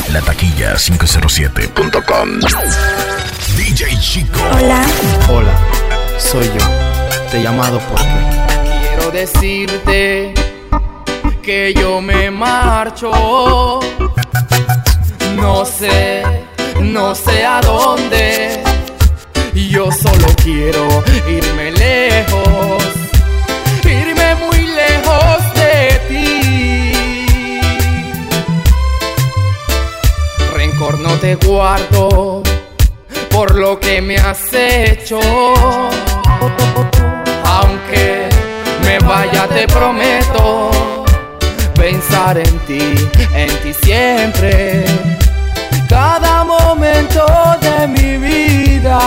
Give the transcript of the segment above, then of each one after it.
lataquilla507.com. DJ Chico. Hola. Hola, soy yo. Te he llamado porque quiero decirte que yo me marcho. No sé a dónde. Yo solo quiero irme lejos, irme muy lejos de ti. Rencor no te guardo por lo que me has hecho. Aunque me vaya te prometo pensar en ti siempre, cada momento de mi vida.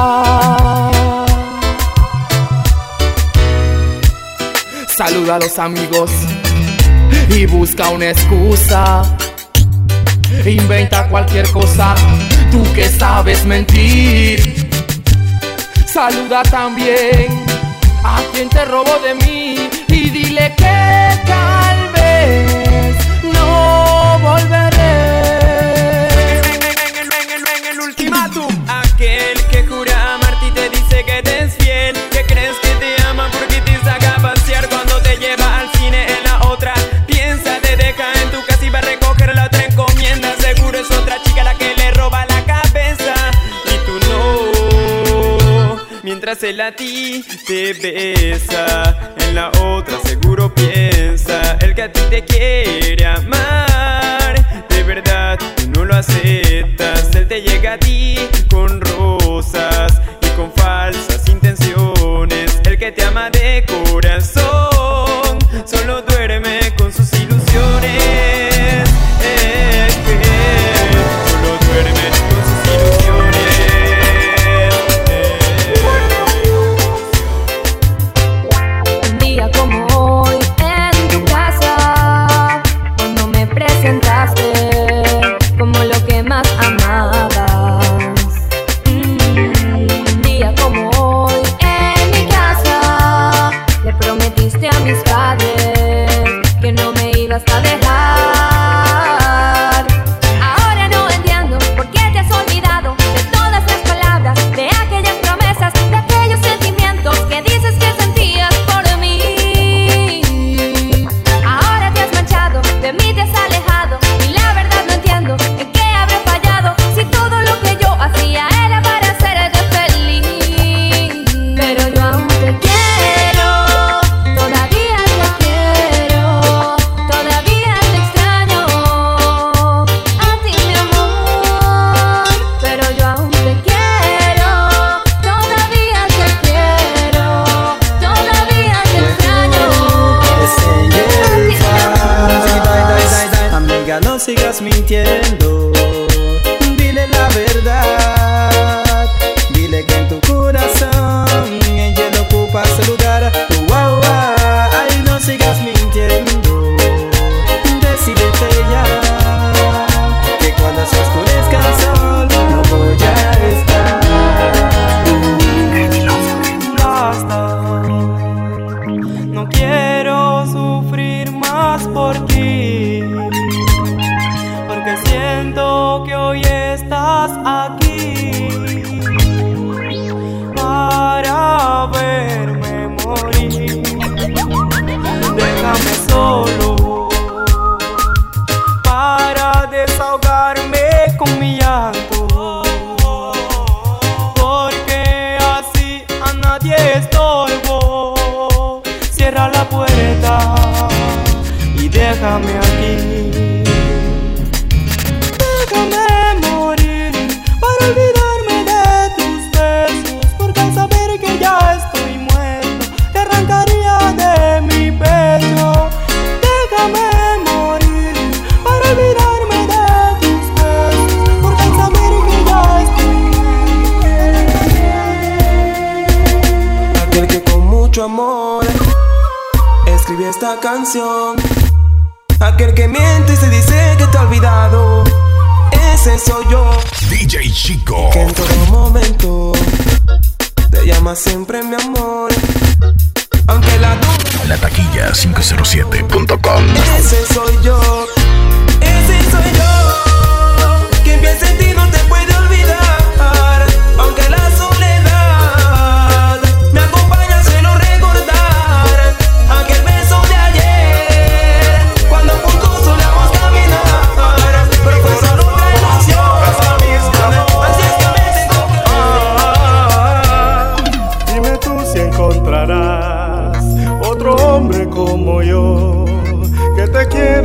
Saluda a los amigos y busca una excusa. Inventa cualquier cosa, tú que sabes mentir. Saluda también a quien te robó de mí y dile que tal vez no volveré. En el ultimátum, aquel que jura amarte y te dice que te es fiel, que crees que te ama porque te saca a pasear cuando te lleva al cine. En la otra piensa, te deja en tu casa y va a recoger la otra encomienda. Seguro es otra chica la que le roba la cabeza y tú no. Mientras él a ti te besa, en la otra seguro piensa el que a ti te quiere amar. De verdad tú no lo aceptas. Él te llega a ti con rosas y con falsas intenciones. El que te ama de corazón solo duerme con sus ilusiones. Solo duerme con sus ilusiones. Un día como hoy en tu casa, cuando me presentaste como lo que más amabas. Un día como hoy en mi casa, le prometiste a mis padres que no me ibas a dejar. Ahora no entiendo por qué te has olvidado de todas las palabras, de aquellas promesas, de aquellos sentimientos que dices que sentías por mí. Ahora te has marchado, de mí te has alejado, y la verdad no entiendo en qué habré fallado, si todo lo que yo hacía era para hacerte feliz. Pero yo aún te quiero, todavía te quiero, todavía te extraño a ti, mi amor. Pero yo aún te quiero, todavía te quiero, todavía te extraño Amiga, no sigas mintiendo. Dile la verdad. Dile que en tu corazón ella no ocupa ese lugar. Ay, no sigas mintiendo. Decídete ya, que cuando se oscurezca el sol no voy a estar. Basta, no quiero sufrir más por ti, porque siento que hoy estás aquí para verme morir. Déjame solo para desahogarme con mi llanto, porque así a nadie estorbo. Cierra la puerta y déjame aquí. Déjame morir para olvidarme de tus besos, porque al saber que ya estoy muerto te arrancaría de mi pecho. Déjame morir para olvidarme de tus besos, porque al saber que ya estoy muerto. Aquel que con mucho amor escribió esta canción. Aquel que miente y se dice que te ha olvidado. Ese soy yo. DJ Chico. Que en todo momento te llama siempre mi amor. Aunque la duda. lataquilla507.com. Ese soy yo. Ese soy yo.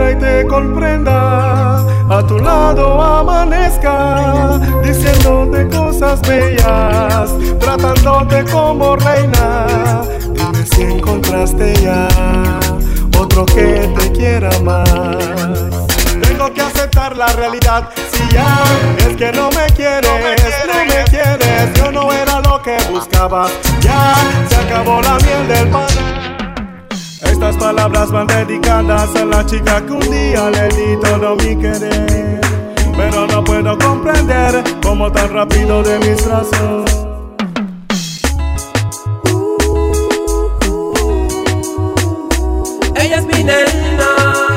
quiera y te comprenda, a tu lado amanezca, diciéndote cosas bellas, tratándote como reina. Dime si encontraste ya otro que te quiera más. Tengo que aceptar la realidad, si ya es que no me quieres, no me quieres, yo no era lo que buscaba, ya se acabó la miel del pan. Estas palabras van dedicadas a la chica que un día le di todo mi querer, pero no puedo comprender cómo tan rápido de mis brazos. Ella es mi nena,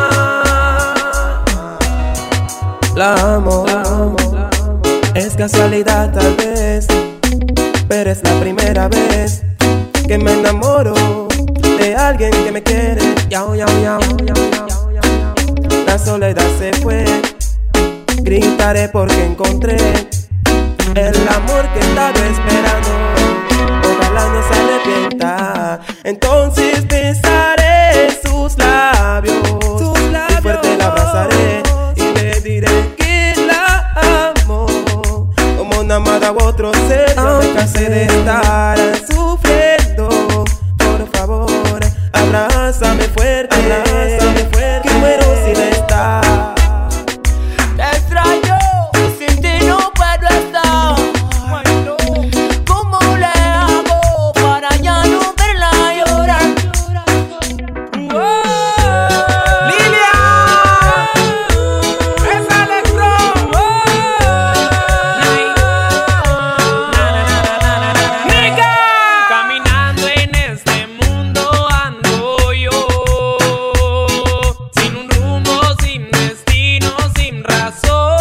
la amo. Es casualidad tal vez, pero es la primera vez que me enamoro de alguien que me quiere. Yao, yao, yao, yao, yao, yao. La soledad se fue, gritaré porque encontré el amor que estaba esperando. Ojalá no se arrepienta. Entonces besaré sus labios, y fuerte la abrazaré y le diré que la amo como una amada u otro ser. No me cansé de estar sufriendo. Por favor, abrázame fuerte, que muero sin estar. Te extraño, sin ti no puedo estar. ¿Cómo le hago para ya no verla llorar? ¡Lilia! ¡Es Electro! ¡Nica! Caminando en este mundo ando yo, sin un rumbo, sin destino, sin razón,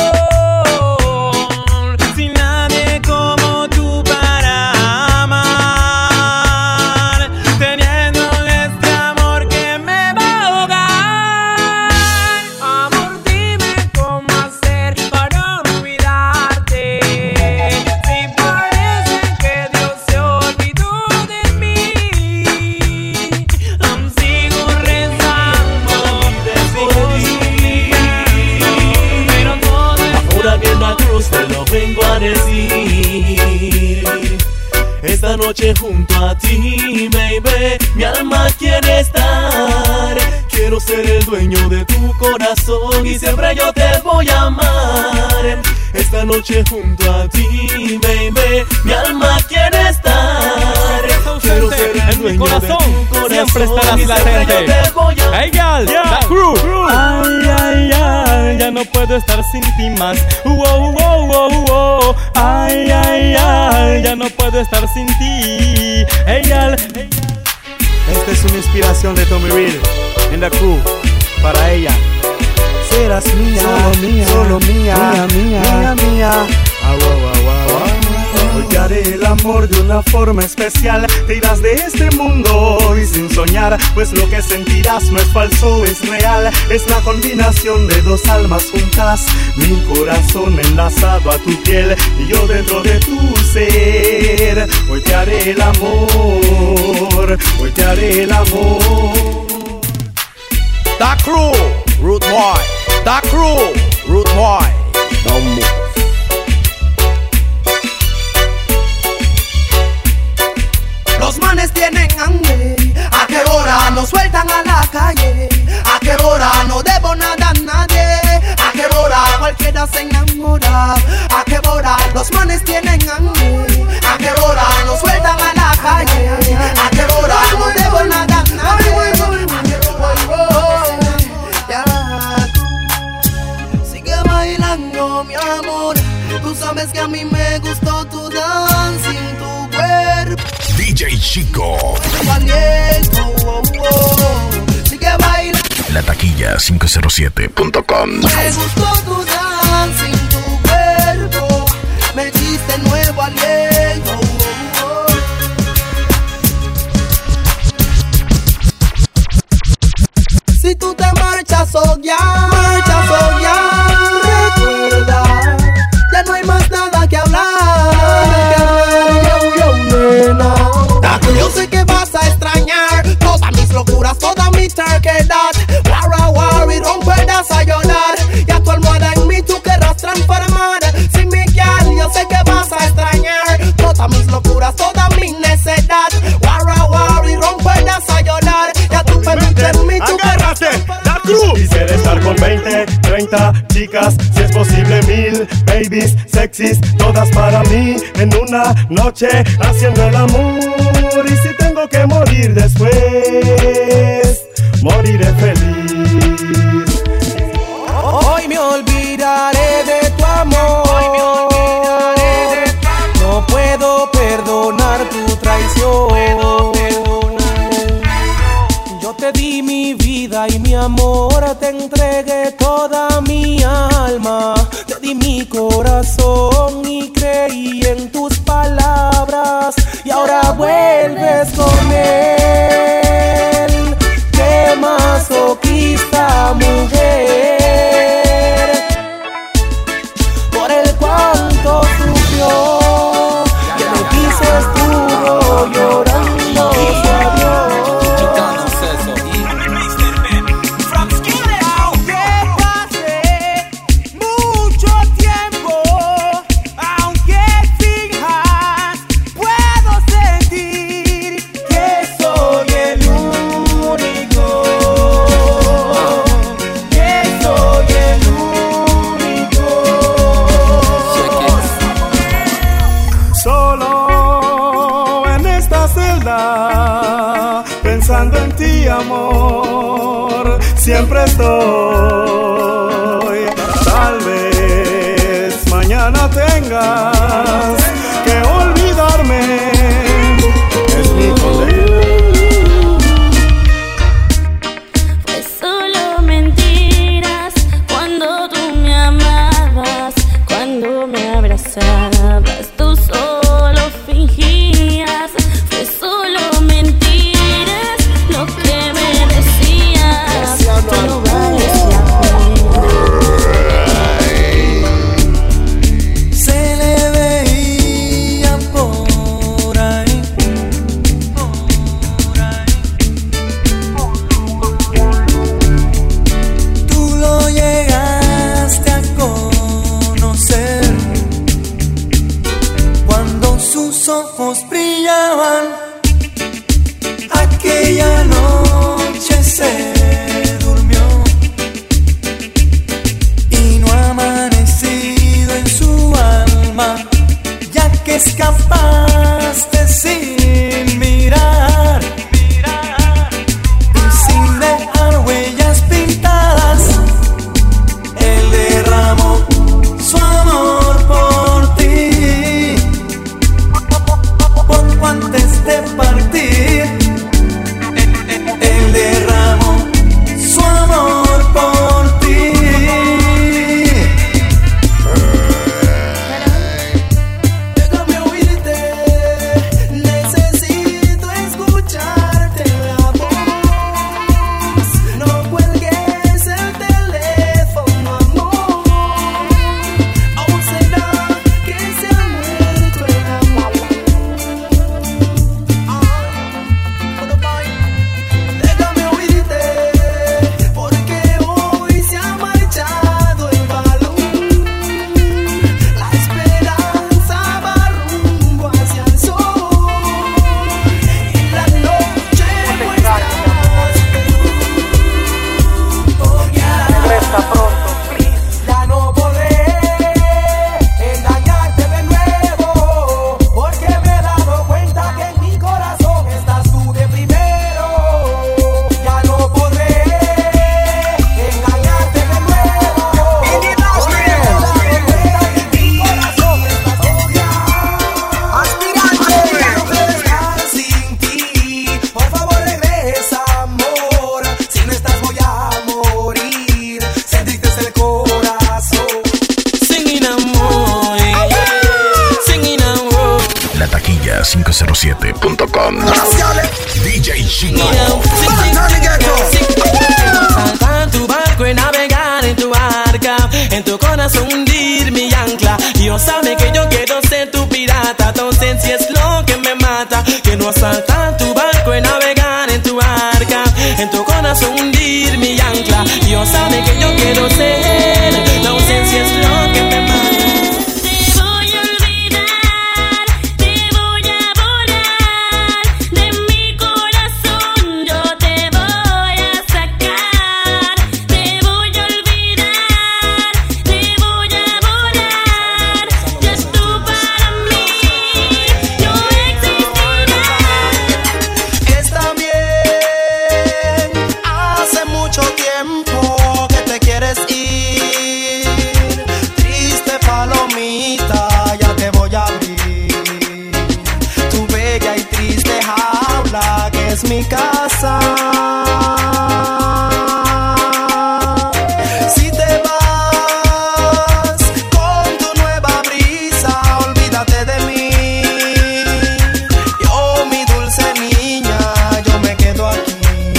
Sin nadie como tú para amar, teniendo este amor que me va a ahogar. amor, dime cómo hacer para olvidarte, si parece que Dios se olvidó de mí. Aún sigo rezando, sigo suplicando, pero todo Ahora que en la cruz te lo vengo a decir. Esta noche junto a ti, baby, mi alma quiere estar. Quiero ser el dueño de tu corazón y siempre yo te voy a amar. Esta noche junto a ti, baby, mi alma quiere estar. Quiero ser el dueño de tu corazón, siempre estarás y siempre latente. yo te voy a amar. Hey gal, The Crew. Ay, ay, ay, ya no puedo estar sin ti más. Wow, wow, wow, wow. Ay, ay, ay, ya no puedo estar sin ti. Hey gal. Esta es una inspiración de Tommy Reed en The Crew para ella. Serás mía, solo mía, mía, mía. Ah, wow, wow, wow. Hoy te haré el amor de una forma especial. Te irás de este mundo y sin soñar, pues lo que sentirás no es falso, es real. Es la combinación de dos almas juntas, mi corazón enlazado a tu piel y yo dentro de tu ser. Hoy te haré el amor, hoy te haré el amor. The Crew, Rude Boy. The Crew, Rude Boy. No move. Los manes tienen hambre. ¿A qué hora nos sueltan a la calle? ¿A qué hora no debo nada a nadie? ¿A qué hora cualquiera se enamora? ¿A qué hora los manes tienen hambre? ¿A qué hora nos sueltan a la calle? ¿A qué hora no debo nada a nadie? Sigue bailando, mi amor. Tú sabes que a mí me gustó tu dancing, tu cuerpo. DJ Chico. Sigue bailando. Lataquilla507.com. Me gustó tu dancing, tu cuerpo. Me diste nuevo aliento. Si tú te marchas, oh ya. Recuerda, ya no hay más nada que hablar. Nena. Yo sé que vas a extrañar todas mis locuras, toda mi terquedad. War, y romper quiere estar con 20, 30 chicas, si es posible 1000 babies sexys, todas para mí en una noche haciendo el amor. Y si tengo que morir después, moriré feliz. Hoy me olvidaré de tu amor. No puedo perdonar tu traición. Yo te di mi vida y mi amor, te entregué toda mi alma, te di mi corazón y creí en tus palabras, y ahora vuelves con él. ¡Qué masoquista, mujer! Por el cuanto sufrió, que no quiso, estuvo llorando su adiós. Pensando en ti, amor, siempre estoy. Tal vez mañana tengas que olvidarme, es mi condena. Fue solo mentiras cuando tú me amabas, cuando me abrazabas, tú solo fingías. Fue solo mentiras lo que me decías, tú no vales la pena. Se le veía por ahí, tú lo llegaste a conocer cuando sus ojos brillaban. Aquella noche se durmió y no ha amanecido en su alma, ya que escapaste sin mirar y sin dejar huellas pintadas. Él derramó su amor por ti poco antes de partir. Él derramó su amor por ti. Déjame oírte, necesito escucharte la voz. No cuelgues el teléfono, amor. Aún será que se ha muerto el amor. Déjame oírte, porque hoy se ha marchado el balón. La esperanza va rumbo hacia el sol, y la noche muestra regresa pronto, please. Ya no podré engañarte de nuevo, porque me he dado cuenta que en mi corazón estás tú de primero. Ya no podré engañarte de nuevo, porque me he dado cuenta que en mi corazón estás tú. Aspirante, no puedo estar sin ti. Por favor regresa, amor. Si no estás voy a morir. Sentiste el corazón. Singing amor, singing amor. La taquilla 507.com. DJ Chico. Saltar en tu barco y navegar en tu barca, en tu corazón hundir mi ancla. Dios sabe que yo quiero ser tu pirata, tu ausencia es lo que me mata. Quiero saltar en tu barco y navegar en tu barca, en tu corazón hundir mi ancla. Dios sabe que yo quiero ser, la ausencia es lo que me mata. Te voy a olvidar, te voy a borrar de mi corazón, yo te voy a sacar, te voy es mi casa. Si te vas con tu nueva brisa, olvídate de mí. Yo, mi dulce niña, yo me quedo aquí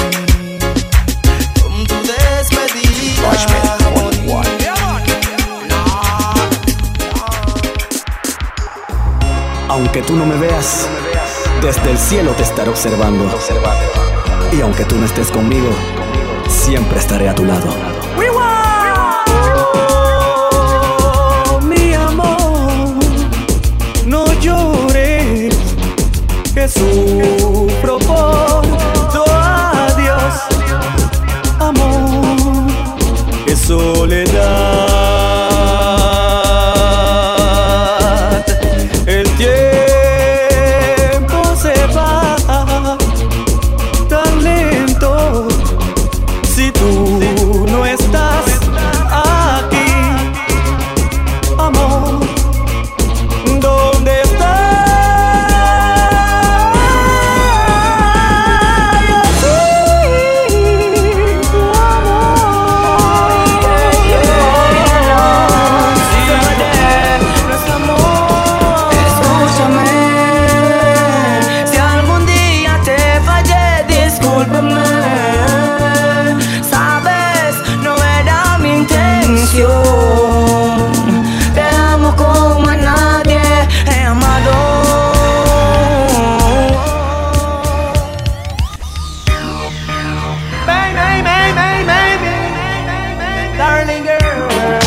con tu despedida. Aunque tú no me veas, desde el cielo te estaré observando. Y aunque tú no estés conmigo, siempre estaré a tu lado. Oh, mi amor, no llores, que sufro por tu adiós. Amor, que soledad. El tiempo se va tan lento si tú no estás aquí. Amor, ¿dónde estás? Yo soy tu amor. Nuestro amor. Escúchame, si algún día te fallé, discúlpame. Sabes, no era mi intención. Te amo como a nadie he amado. Darling girl,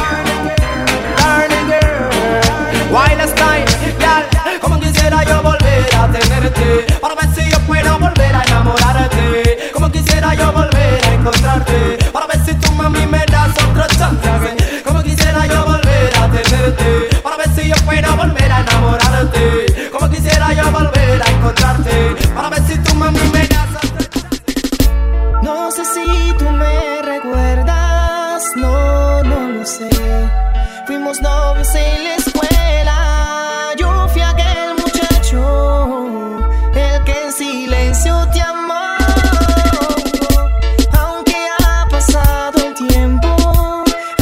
Wild Style, girl, como quisiera yo volver a tenerte, para ver si yo puedo volver a enamorarte. Como quisiera yo volver a encontrarte, para ver si tú, mami, me das otro chance. Como quisiera yo volver a tenerte, para ver si yo puedo volver a enamorarte. Como quisiera yo volver a encontrarte, para ver si tú, mami, me das otro chance. No sé si tú me recuerdas, no lo sé. Fuimos novios en la escuela. Yo fui aquel muchacho, el que en silencio te amó. Aunque ha pasado el tiempo,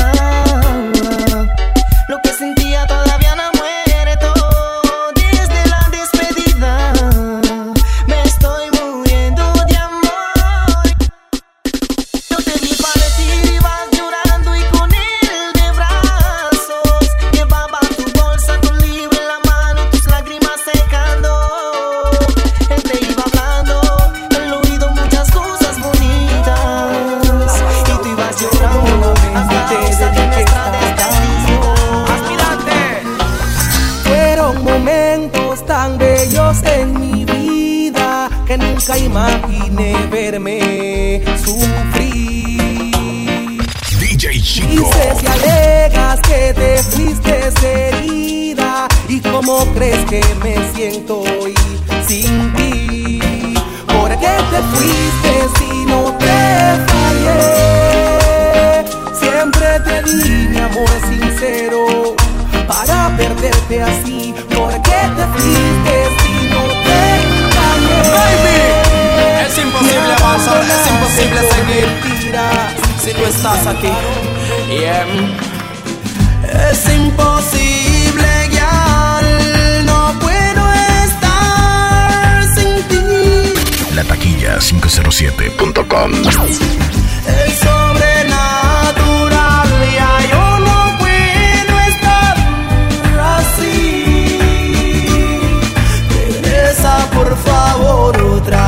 lo que sentía todavía no ha muerto. Desde la despedida me estoy muriendo de amor. Yo te vi partir, ibas llorando y con él de brazos. Llevaba tu bolsa, tu libro en la mano, tus lágrimas secando. Él te iba hablando al oído muchas cosas bonitas, y tú ibas llorando antes de nuestra despedida. Aspirante. Fueron momentos tan bellos en mi vida que nunca imaginé verme sufrir. DJ Chico. Dices y alegas que te fuiste herida, y cómo crees que me siento hoy sin ti. ¿Por qué te fuiste si no te fallé? Siempre te di mi amor sincero para perderte así. ¿Por qué te fuiste si no te fallé? Baby, es imposible avanzar, es imposible seguir si tú estás aquí. Yeah. Es imposible, girl, no puedo estar sin ti. La taquilla 507.com. Es sobrenatural, ya yo no puedo estar así. Regresa por favor otra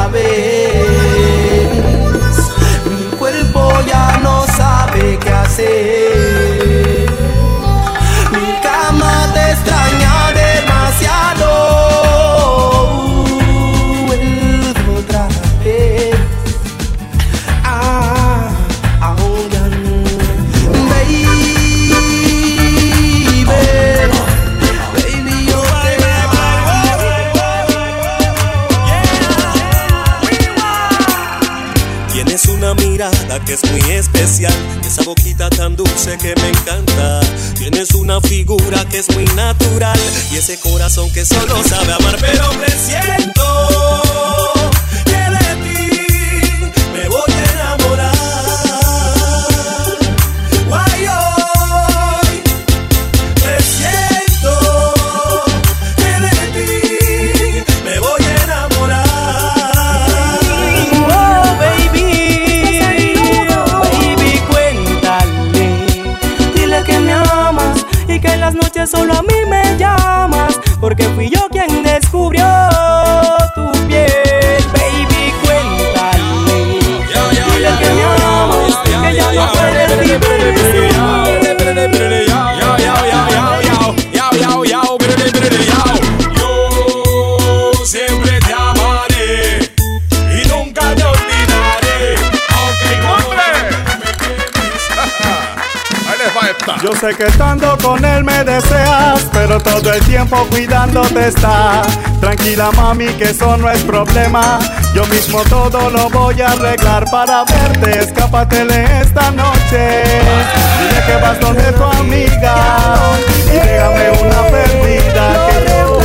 vez. Mi cuerpo ya no sabe qué hacer. Mi cama te extraña demasiado. Vuelve otra vez. mirada que es muy especial, esa boquita tan dulce que me encanta. Tienes una figura que es muy natural y ese corazón que solo sabe amar. Pero presiento que de ti que solo a mí me llamas, porque fui yo quien descubrió tu piel. Baby, cuéntale, dile que me amas, que ya no puedes vivir sin mí. Yo siempre te amaré y nunca te olvidaré, aunque yo sé que estando con él me deseas, pero todo el tiempo cuidándote está. Tranquila mami, que eso no es problema, yo mismo todo lo voy a arreglar para verte. Escápatele esta noche, dile que vas donde tu amiga y déjame una perdida que yo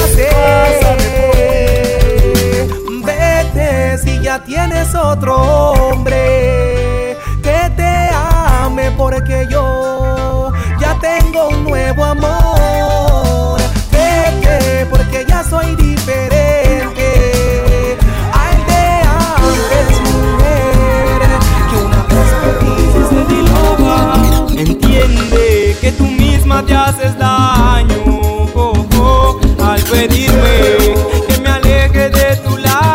vete si ya tienes otro hombre que te ame, porque yo ya tengo un nuevo amor. Vete porque ya soy diferente. Ay, te ames, mujer, que una vez perdiste mi loba. Entiende que tú misma te haces daño, al pedirme que me aleje de tu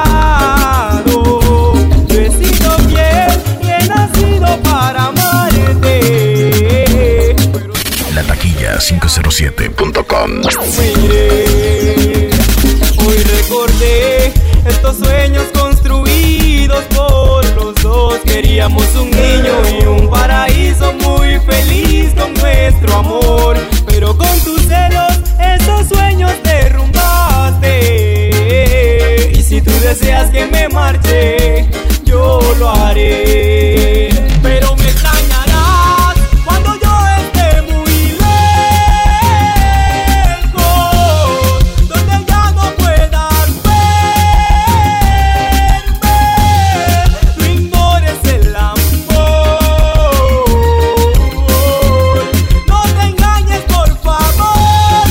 lado. Yo he sido fiel y he nacido para amarte. Lataquilla507.com. Hoy recordé estos sueños construidos por los dos. Queríamos un niño y un paraíso muy feliz con nuestro amor, pero con tus celos esos sueños derrumbaste. Y si tú deseas que me marche, yo lo haré, pero me extrañarás cuando yo esté muy lejos, donde ya no puedas verme. No ignores el amor, no te engañes por favor.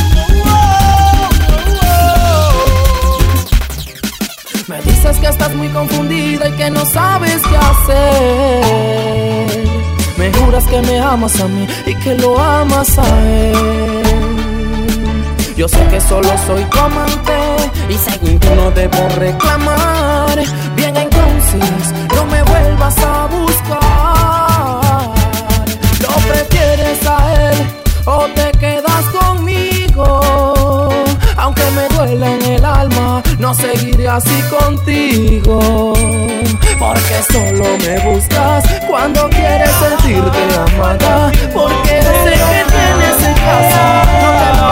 Me dices que estás muy confundida y que no sabes qué hacer. Me juras que me amas a mí y que lo amas a él. Yo sé que solo soy tu amante y según tú no debo reclamar. Bien, entonces no me vuelvas a buscar. ¿Lo prefieres a él o te quedas conmigo? Aunque me duele en el alma, no seguiré así contigo, porque solo me buscas cuando quieres sentirte amada, porque sé que tienes en casa, no te lo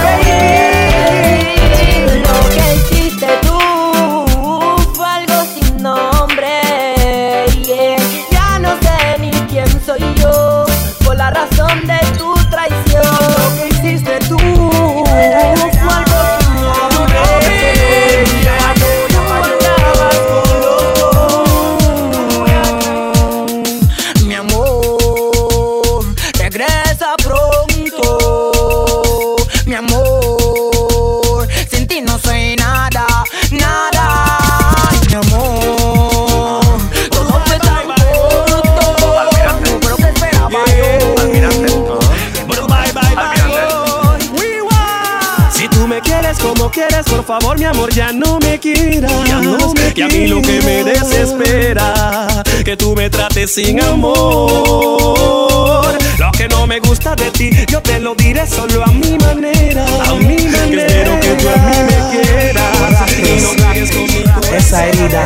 hace. Lo que hiciste tú fue algo sin nombre, yeah. Ya no sé ni quién soy yo, por la razón de tu traición. Lo que hiciste tú fue algo sin nombre. Mi amor, regresa pronto. Mi amor, sin ti no soy nada, nada. Mi amor, todo fue tan corto, pero que esperaba yo. Si tú me quieres como quieres, por favor, mi amor, ya no me quieras. Que a mí lo que me desespera, que tú me trates sin amor. Lo que no me gusta de ti, yo te lo diré solo a mi manera. A mi manera. Que espero que tú a mí me quieras y no juegues conmigo esa herida.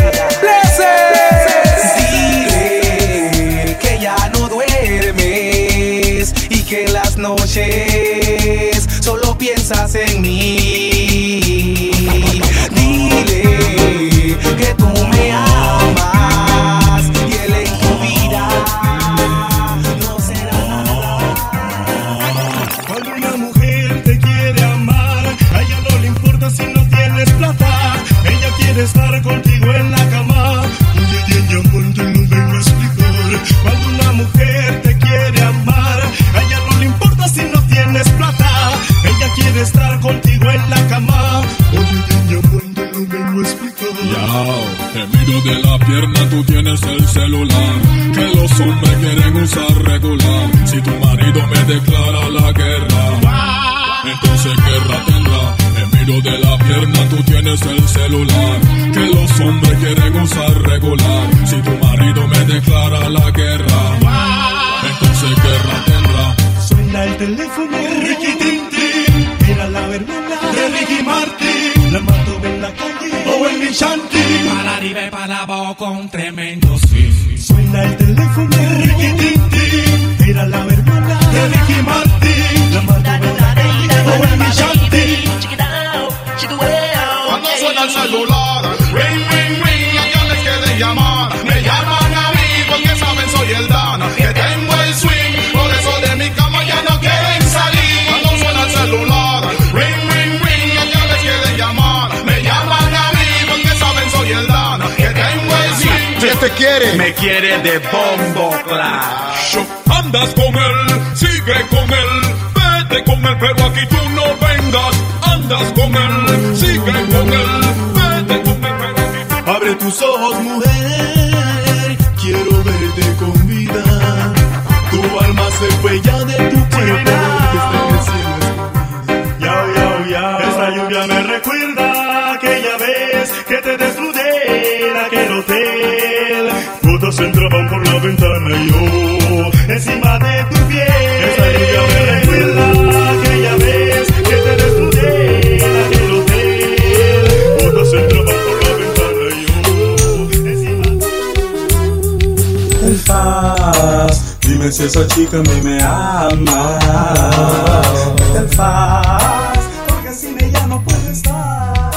Dile que ya no duermes y que en las noches solo piensas en mí. Dile que tú me amas y él en tu vida no será nada. Cuando una mujer te quiere amar, a ella no le importa si no tienes plata. Ella quiere estar contigo en la cama. Cuando no vengo a explicar. Cuando una mujer te quiere amar, a ella no le importa si no tienes plata. Ella quiere estar contigo en la cama. Oye, niña, cuando no vengo a explicar. En medio de la pierna tú tienes el celular que los hombres quieren usar regular. Si tu marido me declara la guerra, entonces guerra tendrá. En medio de la pierna tú tienes el celular que los hombres quieren usar regular. Si tu marido me declara la guerra, entonces guerra tendrá. Suena el teléfono, Ricky Tintin, era la hermana de Ricky Martin. La mato en la calle o en mi shanty. Para arriba y para abajo con tremendo swing. Suena el teléfono, Ricky Tintin, era la hermana de Ricky Martin. La mato en la calle o en mi shanty. Cuando suena el celular, ring, ring, ring, a quienes quieren llamar. Me llaman a mí porque saben soy el Dan, que tengo el swing, por eso de mi cama ya no quieren salir. Cuando suena el celular, ring, ring, ring, a quienes quieren llamar. Me llaman a mí porque saben soy el Dan, que tengo el swing. ¿Qué te quiere? Me quiere de bombo clash. Andas con él, sigue con él, vete con él, pero aquí tú no vengas. Andas con él, sigue con él, vete con él, pero aquí tú... Abre tus ojos, mujer, quiero verte con vida. Tu alma se fue ya de tu cuerpo, que está creciendo. Ya, esa lluvia me recuerda aquella vez que te desnudé en aquel hotel. Gotas entraban por la ventana y yo encima de tu piel. Esa lluvia me recuerda aquella vez que te desnudé en aquel hotel. Gotas entraban por la ventana y yo encima de tu piel. Dime si esa chica a mí me ama. El faz, porque sin ella no puedo estar.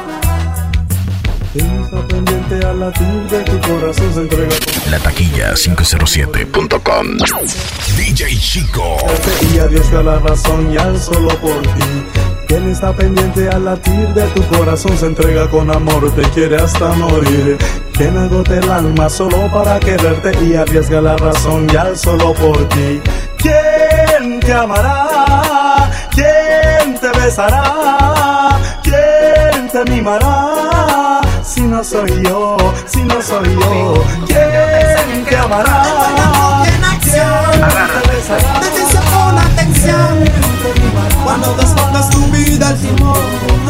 Está pendiente al latir de tu corazón, se entrega con... Lataquilla507.com. DJ Chico. Y a Dios da la razón y al solo por ti. Quien está pendiente al latir de tu corazón, se entrega con amor, te quiere hasta morir. Quien agote el alma solo para quererte y arriesga la razón ya solo por ti. ¿Quién te amará? ¿Quién te besará? ¿Quién te mimará? Si no soy yo, si no soy yo. ¿Quién te amará? ¿Quién te besará? Decisión con atención cuando desbordas tu vida al timón.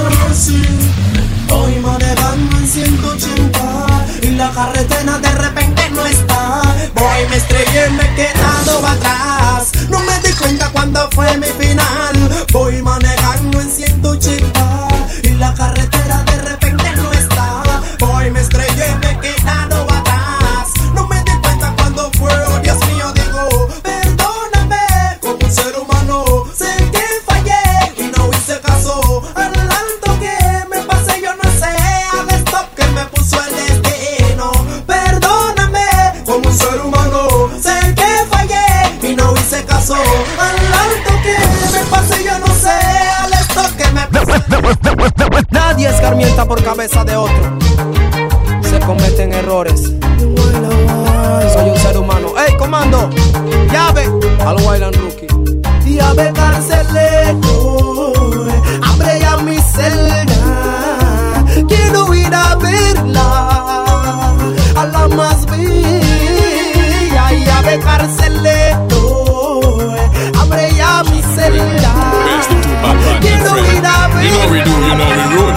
Hoy manejando en 180 y la carretera de repente no está. Voy, me estrellé, me he quedado atrás. No me di cuenta cuando fue mi final. Voy manejando en 180 y la carretera de repente no está. Voy, me estrellé, me he quedado atrás. No me di cuenta cuando fue, oh Dios mío, digo, perdóname como un ser humano. Sé que fallé y no hice caso al alto que me pasé, yo no sé al stop que me puso el destino. Perdóname como un ser humano. Sé que fallé y no hice caso al alto que me pasé, yo no sé al stop que me puso. Nadie escarmienta por cabeza de otro. Se cometen errores. Soy un ser humano. ¡Ey, comando! ¡Llave! Al Wayland Rookie. Llave carcelero, abre ya mi celda. Quiero ir a verla, a la más bella. Llave carcelero, abre ya mi celda. Quiero ir a verla. You know we do, you know we rule.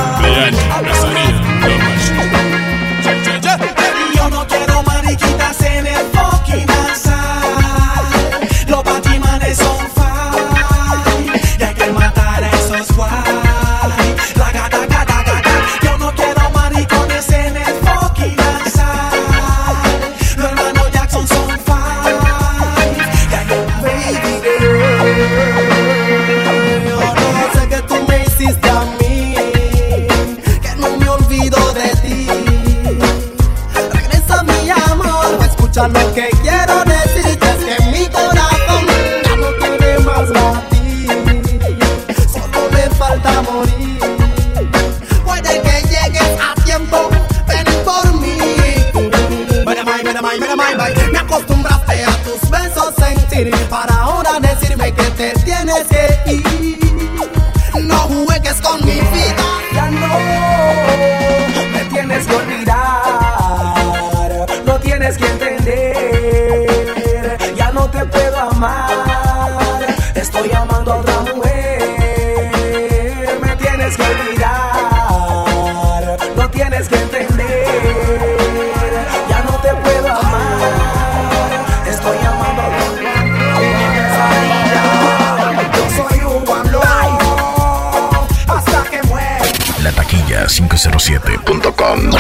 Yo no quiero mariquitas en el fucking danzar. Los batimanes son fine y hay que matar a esos guay. La gata, gata, gata. Yo no quiero maricones en el fucking danzar. Los hermanos Jackson son fine y hay que baby girl. Yo no sé que tú me hiciste a mí, que no me olvido de ti. Regresa mi amor, escucha lo que quiero decirte, es que mi corazón ya no tiene más latir, solo le falta morir. Puede que llegues a tiempo, ven por mí. Me acostumbraste a tus besos sentir, para ahora decirme que te tienes que ir. No juegues con mi vida, ya no me tienes que olvidar, no tienes que entender, ya no te puedo amar, estoy amando a otra mujer. DJShico507.com.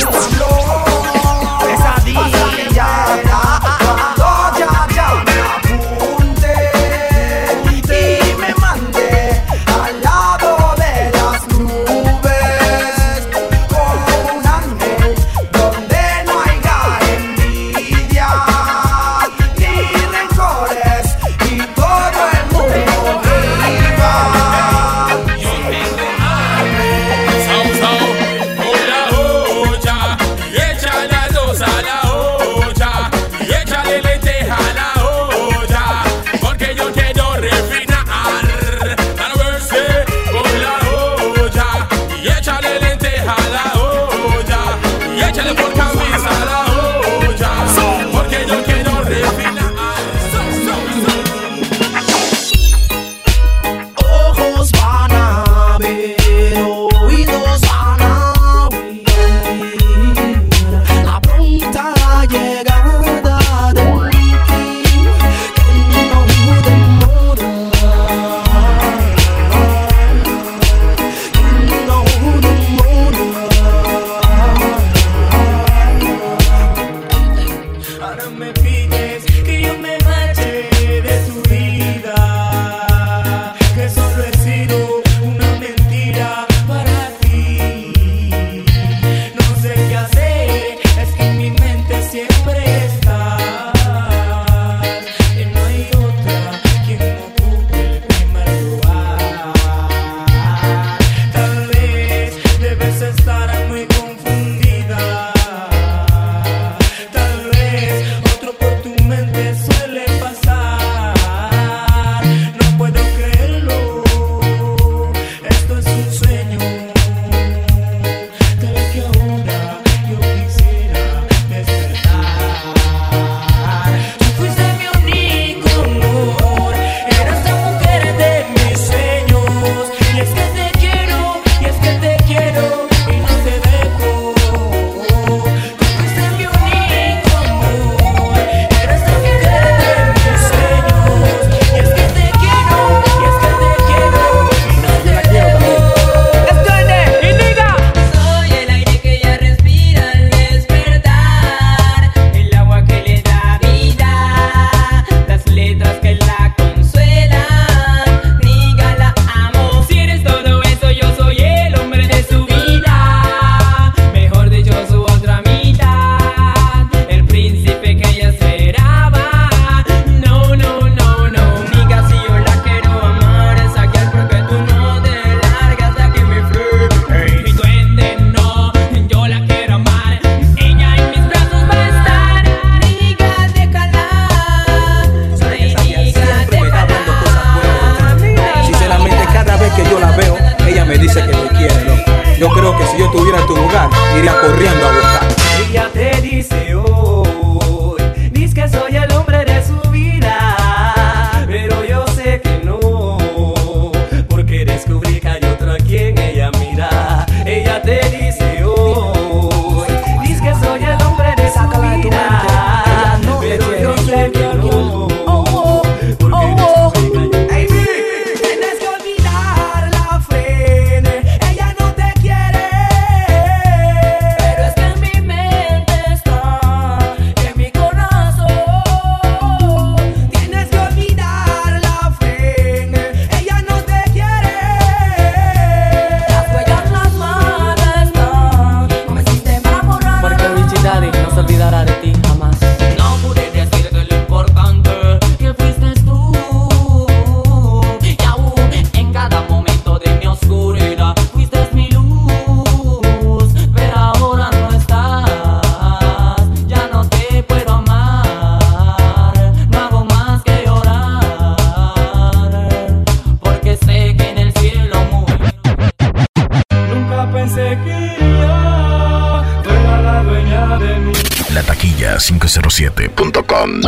Taquilla507.com.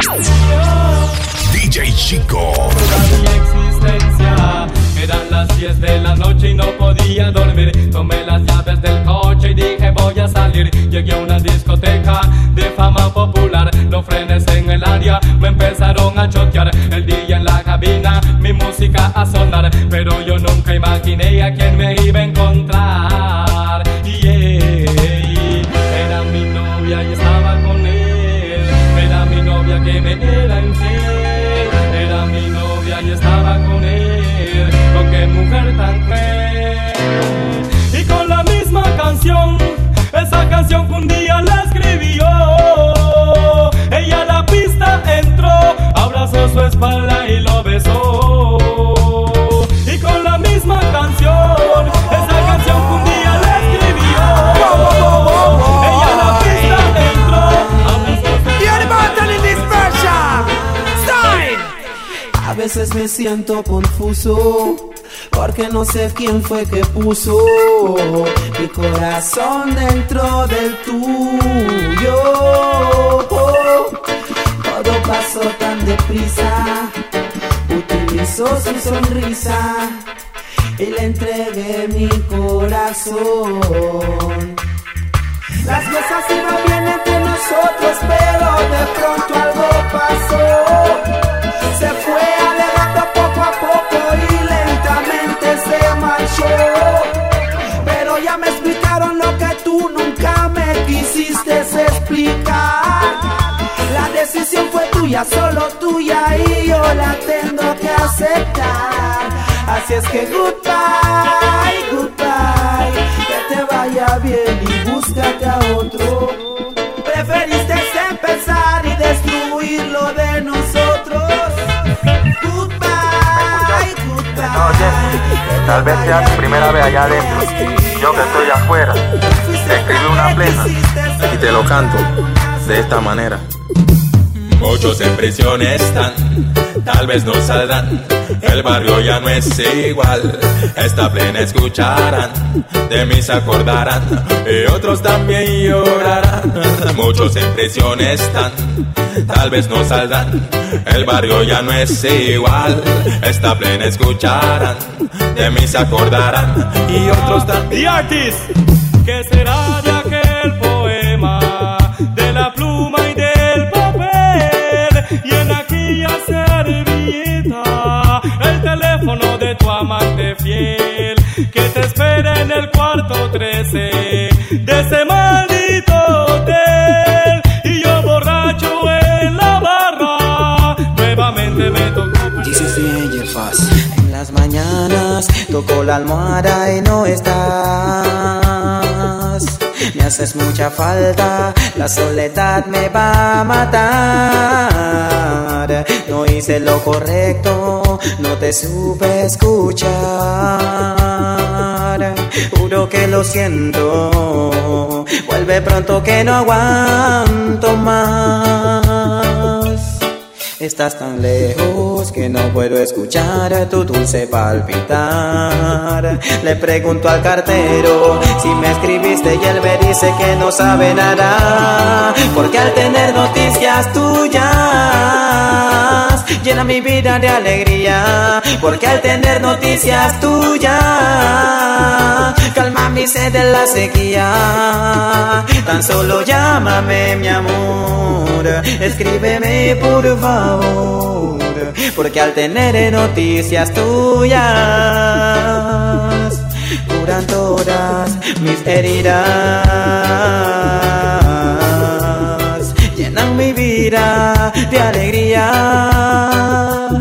DJ Chico. Mi existencia eran las 10 de la noche y no podía dormir. Tomé las llaves del coche y dije voy a salir. Llegué a una discoteca de fama popular. Los frenes en el área me empezaron a chotear. El DJ en la cabina, mi música a sonar. Pero yo nunca imaginé a quién me iba a encontrar. Yeah. y estaba con él. Oh, qué mujer tan cruel. Y con la misma canción, esa canción que un día la escribió, ella a la pista entró, abrazó su espalda y lo besó. Y con la misma canción, esa canción que un día la escribió, ella a la pista entró, abrazó su espalda. A veces me siento confuso, porque no sé quién fue que puso mi corazón dentro del tuyo. Todo pasó tan deprisa, utilizó su sonrisa y le entregué mi corazón. Las cosas iban bien entre nosotros, pero de pronto algo pasó. Se fue alejando poco a poco y lentamente se marchó. Pero ya me explicaron lo que tú nunca me quisiste explicar. La decisión fue tuya, solo tuya, y yo la tengo que aceptar. Así es que goodbye, goodbye, que te vaya bien y búscate a otro. Preferiste empezar y destruir lo de nosotros. Goodbye, goodbye. Oye, tal vez sea tu primera vez allá adentro. Yo que estoy afuera, te escribí una plena y te lo canto de esta manera. Muchos en prisión están, tal vez no saldrán. El barrio ya no es igual. Esta plena escucharán, de mí se acordarán y otros también llorarán. Muchos en prisión están, tal vez no saldrán. El barrio ya no es igual. Esta plena escucharán, de mí se acordarán y otros también. The Artist. ¿Qué será de aquel poema, de la pluma y del papel? Y en aquella servilleta el teléfono de tu amante fiel, que te espera en el cuarto 13 de ese maldito hotel. Y yo borracho en la barra, nuevamente me tocó. En las mañanas toco la almohada y no estás. Me haces mucha falta, la soledad me va a matar. No hice lo correcto, no te supe escuchar. Juro que lo siento, vuelve pronto que no aguanto más. Estás tan lejos que no puedo escuchar tu dulce palpitar. Le pregunto al cartero si me escribiste y él me dice que no sabe nada, porque al tener noticias tuyas llena mi vida de alegría. Porque al tener noticias tuyas calma mi sed de la sequía. Tan solo llámame mi amor, escríbeme por favor, porque al tener noticias tuyas curan todas mis heridas, llenan mi vida de alegría.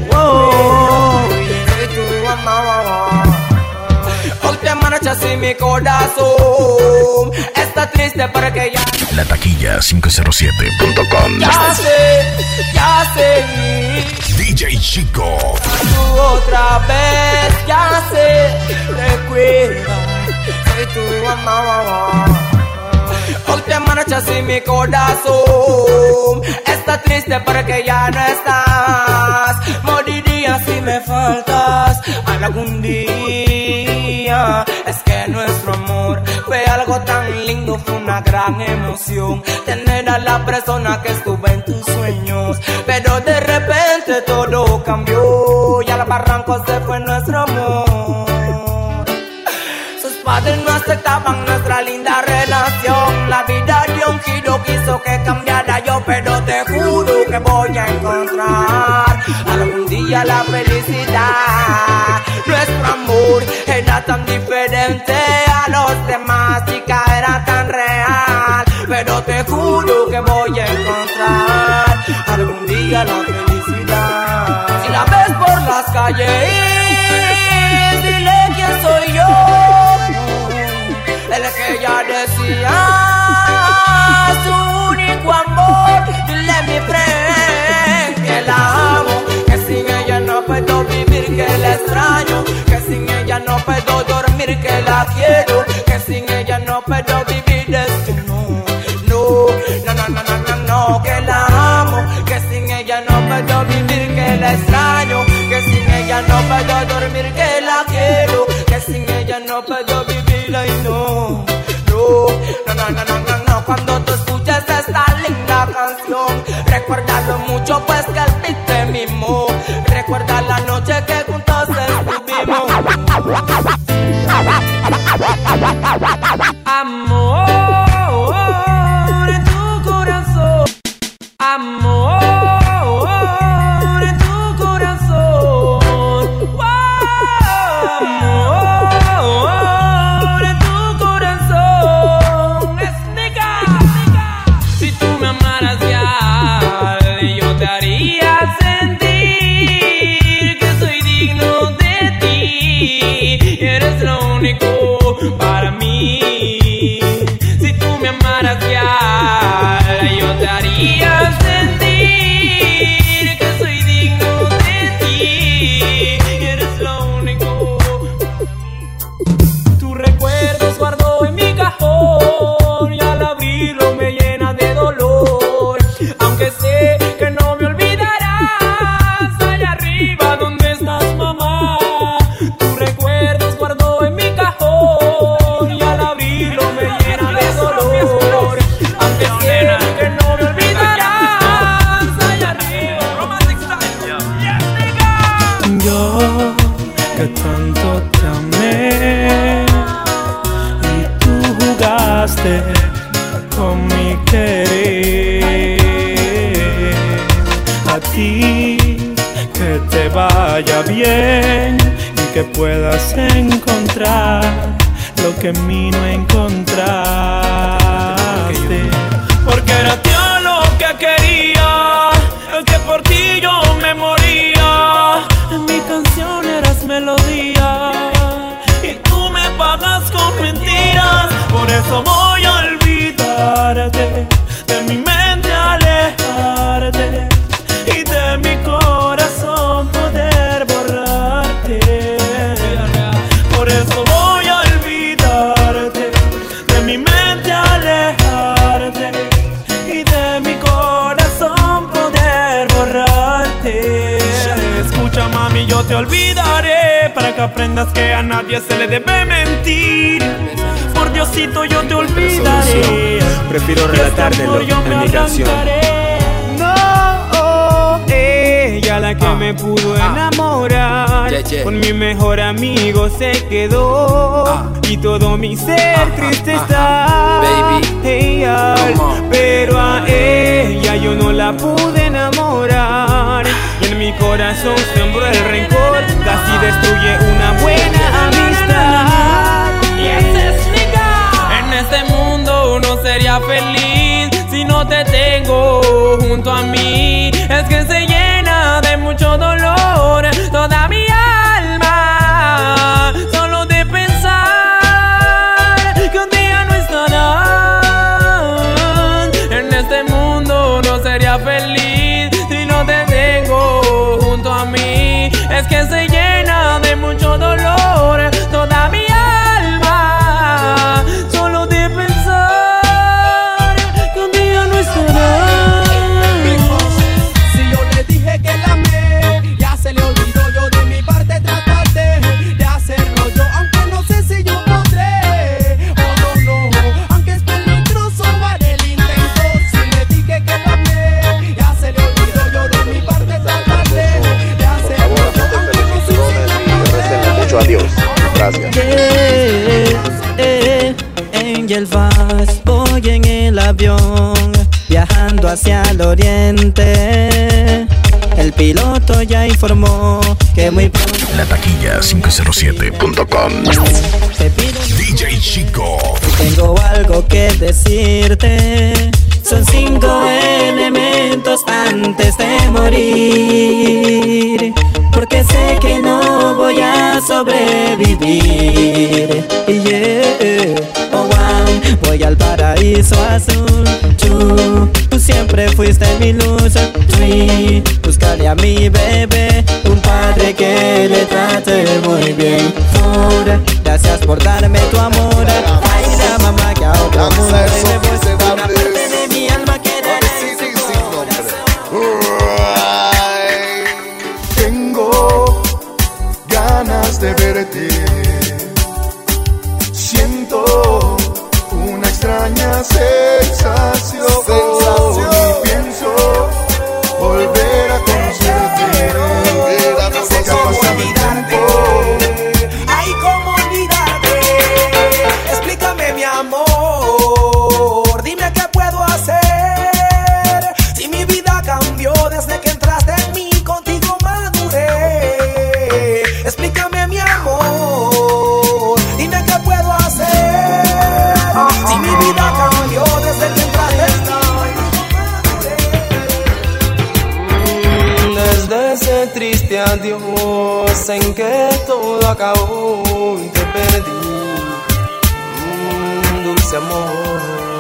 Hoy te marchas y mi corazón está triste porque ya... Lataquilla507.com. Ya sé. DJ Chico. Tú otra vez, ya sé. Recuerda que tú amabas. Hoy te marchas y mi corazón está triste porque ya no estás. Moriría si me faltas algún día. Es que nuestro amor fue algo tan lindo, fue una gran emoción tener a la persona que estuvo en tus sueños. Pero de repente todo cambió y al barranco se fue nuestro amor. Sus padres no aceptaban nuestra linda relación. La vida dio un giro, quiso que cambiara yo, pero te juro que voy a encontrar algún día la felicidad. Nuestro amor era tan diferente a los demás, chica, era tan real, pero te juro que voy a encontrar algún día la felicidad. Si la ves por las calles y dile quién soy yo. El que ella decía, su único amor. Dile mi friend que la amo, que sin ella no puedo vivir, que la extraño, que sin ella no puedo dormir, que la quiero, que sin ella no puedo vivir esto. No, que la amo, que sin ella no puedo vivir, que la extraño, que sin ella no puedo dormir, que la quiero, que sin ella no puedo vivir, ay no. Cuando tú escuches esta linda canción, recuérdalo mucho pues que el beat te mimó. Recuerda la noche que juntos estuvimos. Amor en tu corazón, amor en tu corazón, amor en tu corazón. Si tú me amaras ya, yo te haría sentir que soy digno de ti. Eres lo único para mí. Si tú me amaras ya, yo te haría sentir que soy digno de ti. Eres lo único. Tus recuerdos guardo en mi cajón y al abrirlo me llena de dolor. Aunque sé que no me olvidarás, allá arriba donde estás, mamá. Tus recuerdos guardo en mi cajón y al abrirlo me llena de dolor. Aunque sé que no me olvidarás, allá arriba. Yo que tanto te amé y tú jugaste con mi querer. A ti que te vaya bien y que puedas encontrar lo que en mí no encontraste. Porque era Dios lo que quería, el que por ti yo me moría. En mi canción eras melodía y tú me pagas con mentiras. Por eso voy a olvidarte, de mi mente alejarte y de mi corazón poder borrarte. Por eso voy a olvidarte, de mi mente alejarte y de mi corazón poder borrarte. Escucha mami, yo te olvidaré para que aprendas que a nadie se le debe mentir. Por Diosito yo te olvidaré. Prefiero relatártelo en mi canción. No, ella la que me pudo enamorar, con mi mejor amigo se quedó y todo mi ser triste está. Ella, pero a ella yo no la pude enamorar y en mi corazón sembró el rencor, casi destruye una buena amistad. Y ese es en este mundo no sería feliz si no te tengo junto a mí. Es que se llena de mucho dolor toda mi alma, solo de pensar que un día no estarás. En este mundo no sería feliz si no te tengo junto a mí. Es que se llena de mucho dolor toda mi alma, solo de pensar que un día no estarás. Si yo le dije que la amé, ya se le olvidó. Yo de mi parte trataré de hacerlo yo, aunque no sé si yo podré o no, aunque es peligroso haré el intento. Si le dije que la amé, ya se le olvidó. Yo de mi parte trataré de hacerlo yo, aunque no sé si yo podré. Mucho adiós. Gracias. Angel Fast, voy en el avión, viajando hacia el oriente. El piloto ya informó que muy pronto La taquilla 507.com. DJ Chico. tengo algo que decirte. Son 5 elementos antes de morir. ¿Por porque sé que no voy a sobrevivir. Yeah. Oh, wow. Voy al paraíso azul. Tú siempre fuiste mi luz. Buscaré a mi bebé un padre que le trate muy bien. Gracias por darme tu amor. Ay, la mamá que a otro mundo me voy. Una parte de mi alma quedará en su corazón. Tengo ganas de verte. Siento una extraña sensación. Y pienso volver a conocerte. No sé cómo olvidarte. Ay, cómo olvidarte. Explícame, mi amor. Dime qué puedo hacer. Si mi vida cambió desde que entraste en mí, contigo maduré. Explícame, mi amor. Dime qué puedo hacer. Si mi vida cambió desde que entraste en mí. Desde ese triste adiós en que todo acabó y te perdí, dulce amor.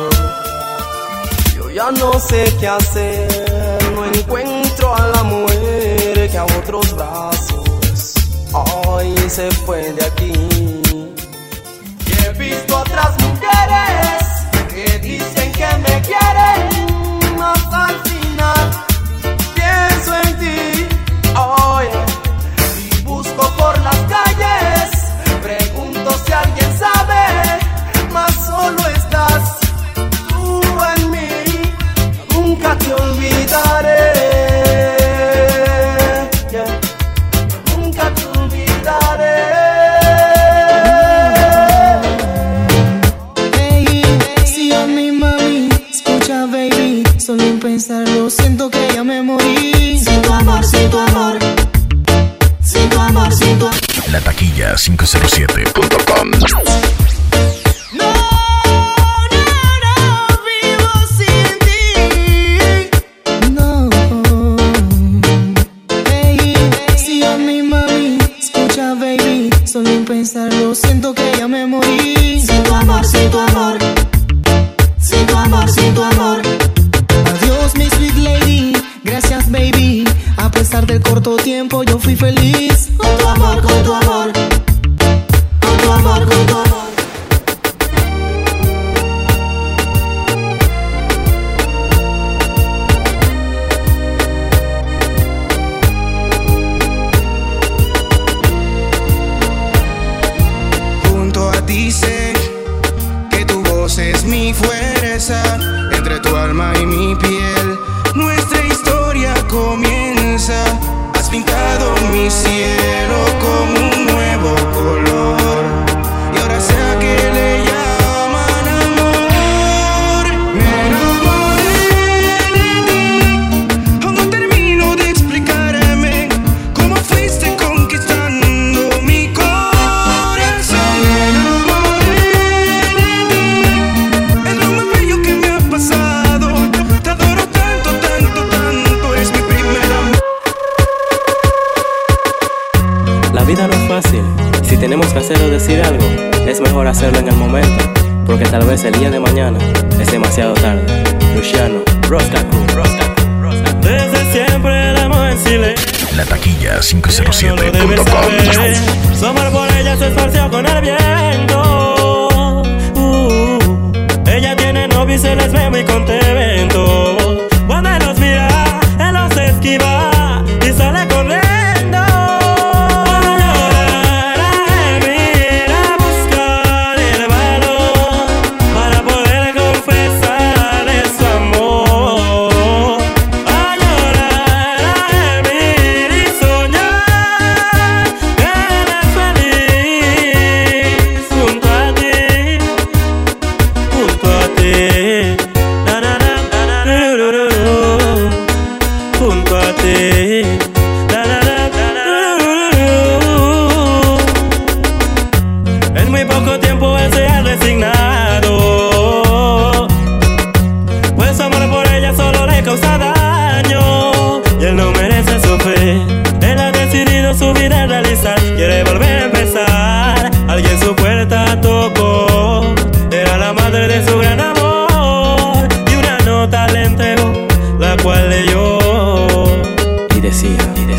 Yo ya no sé qué hacer, no encuentro a la mujer que a otros brazos hoy se fue de aquí. Y he visto otras mujeres que dicen que me quieren, más al final pienso en ti, oh yeah. Y busco por las calles, pregunto si alguien sabe, mas solo estás tú en mí, nunca te olvidaré, yeah. Nunca te olvidaré. Hey, si a mi mami, escucha baby, solo en pensarlo siento que ya me morí. Sin tu amor, sin tu amor, sin tu amor, sin tu amor. La taquilla 507.com. No, vivo sin ti. No. Hey, si a mi mami, escucha baby, solo en pensarlo siento que ya me morí. Sin tu amor, sin tu amor, sin tu amor, sin tu amor. Adiós mi sweet lady, gracias baby. A pesar del corto tiempo yo fui feliz. Con tu amor, con tu amor, con tu amor, con tu amor. Junto a ti sé que tu voz es mi fuerza. Entre tu alma y mi piel nuestra historia comienza. Has pintado mi cielo con un nuevo color y ahora sé a qué le llaman amor. Me enamoré de ti, aún no termino de explicarme cómo fuiste conquistando mi corazón. Me enamoré de ti, es lo más bello que me ha pasado. Te adoro tanto, tanto, tanto, es mi primer amor. La vida no es fácil. Si tenemos que hacer o decir algo, es mejor hacerlo en el momento, porque tal vez el día de mañana es demasiado tarde. Luciano, Rosca Crew. Desde siempre el amor en silencio. La taquilla 507.com. Su amor por ella se esparció con el viento. Ella tiene novio y se les ve muy contento. Cuando él los mira, él los esquiva y sale corriendo. quiere realizar, quiere volver a empezar. Alguien su puerta tocó, era la madre de su gran amor, y una nota le entregó, la cual leyó y decía,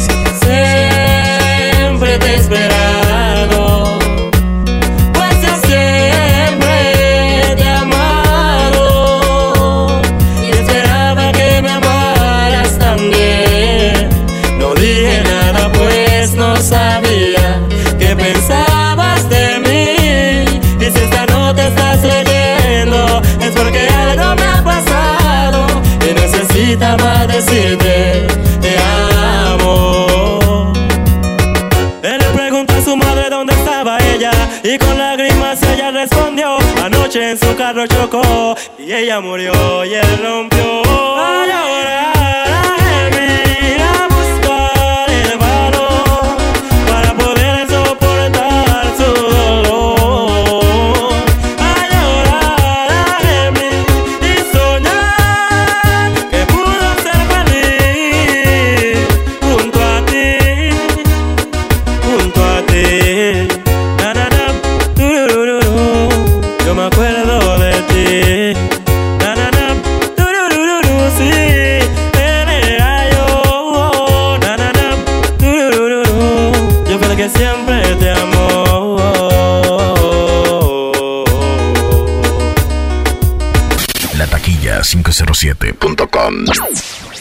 siempre te he esperado, pues yo siempre te he amado, y esperaba que me amaras también. No dije nada pues no sabía que pensabas de mí, y si esta nota estás leyendo es porque algo me ha pasado y necesitaba decirte te amo. Él le preguntó a su madre dónde estaba ella, y con lágrimas ella respondió, anoche en su carro chocó y ella murió, y él rompió a llorar, a gemir, a buscar el valor para poder soportar su dolor, a llorar, a gemir y soñar que pudo ser feliz junto a ti, junto a ti. Na, na, na, turururu, yo me acuerdo de ti. Na, na, na, turururu, sí, era yo. Na, na, na, turururu, yo fui el que siempre te amó. La taquilla 507.com.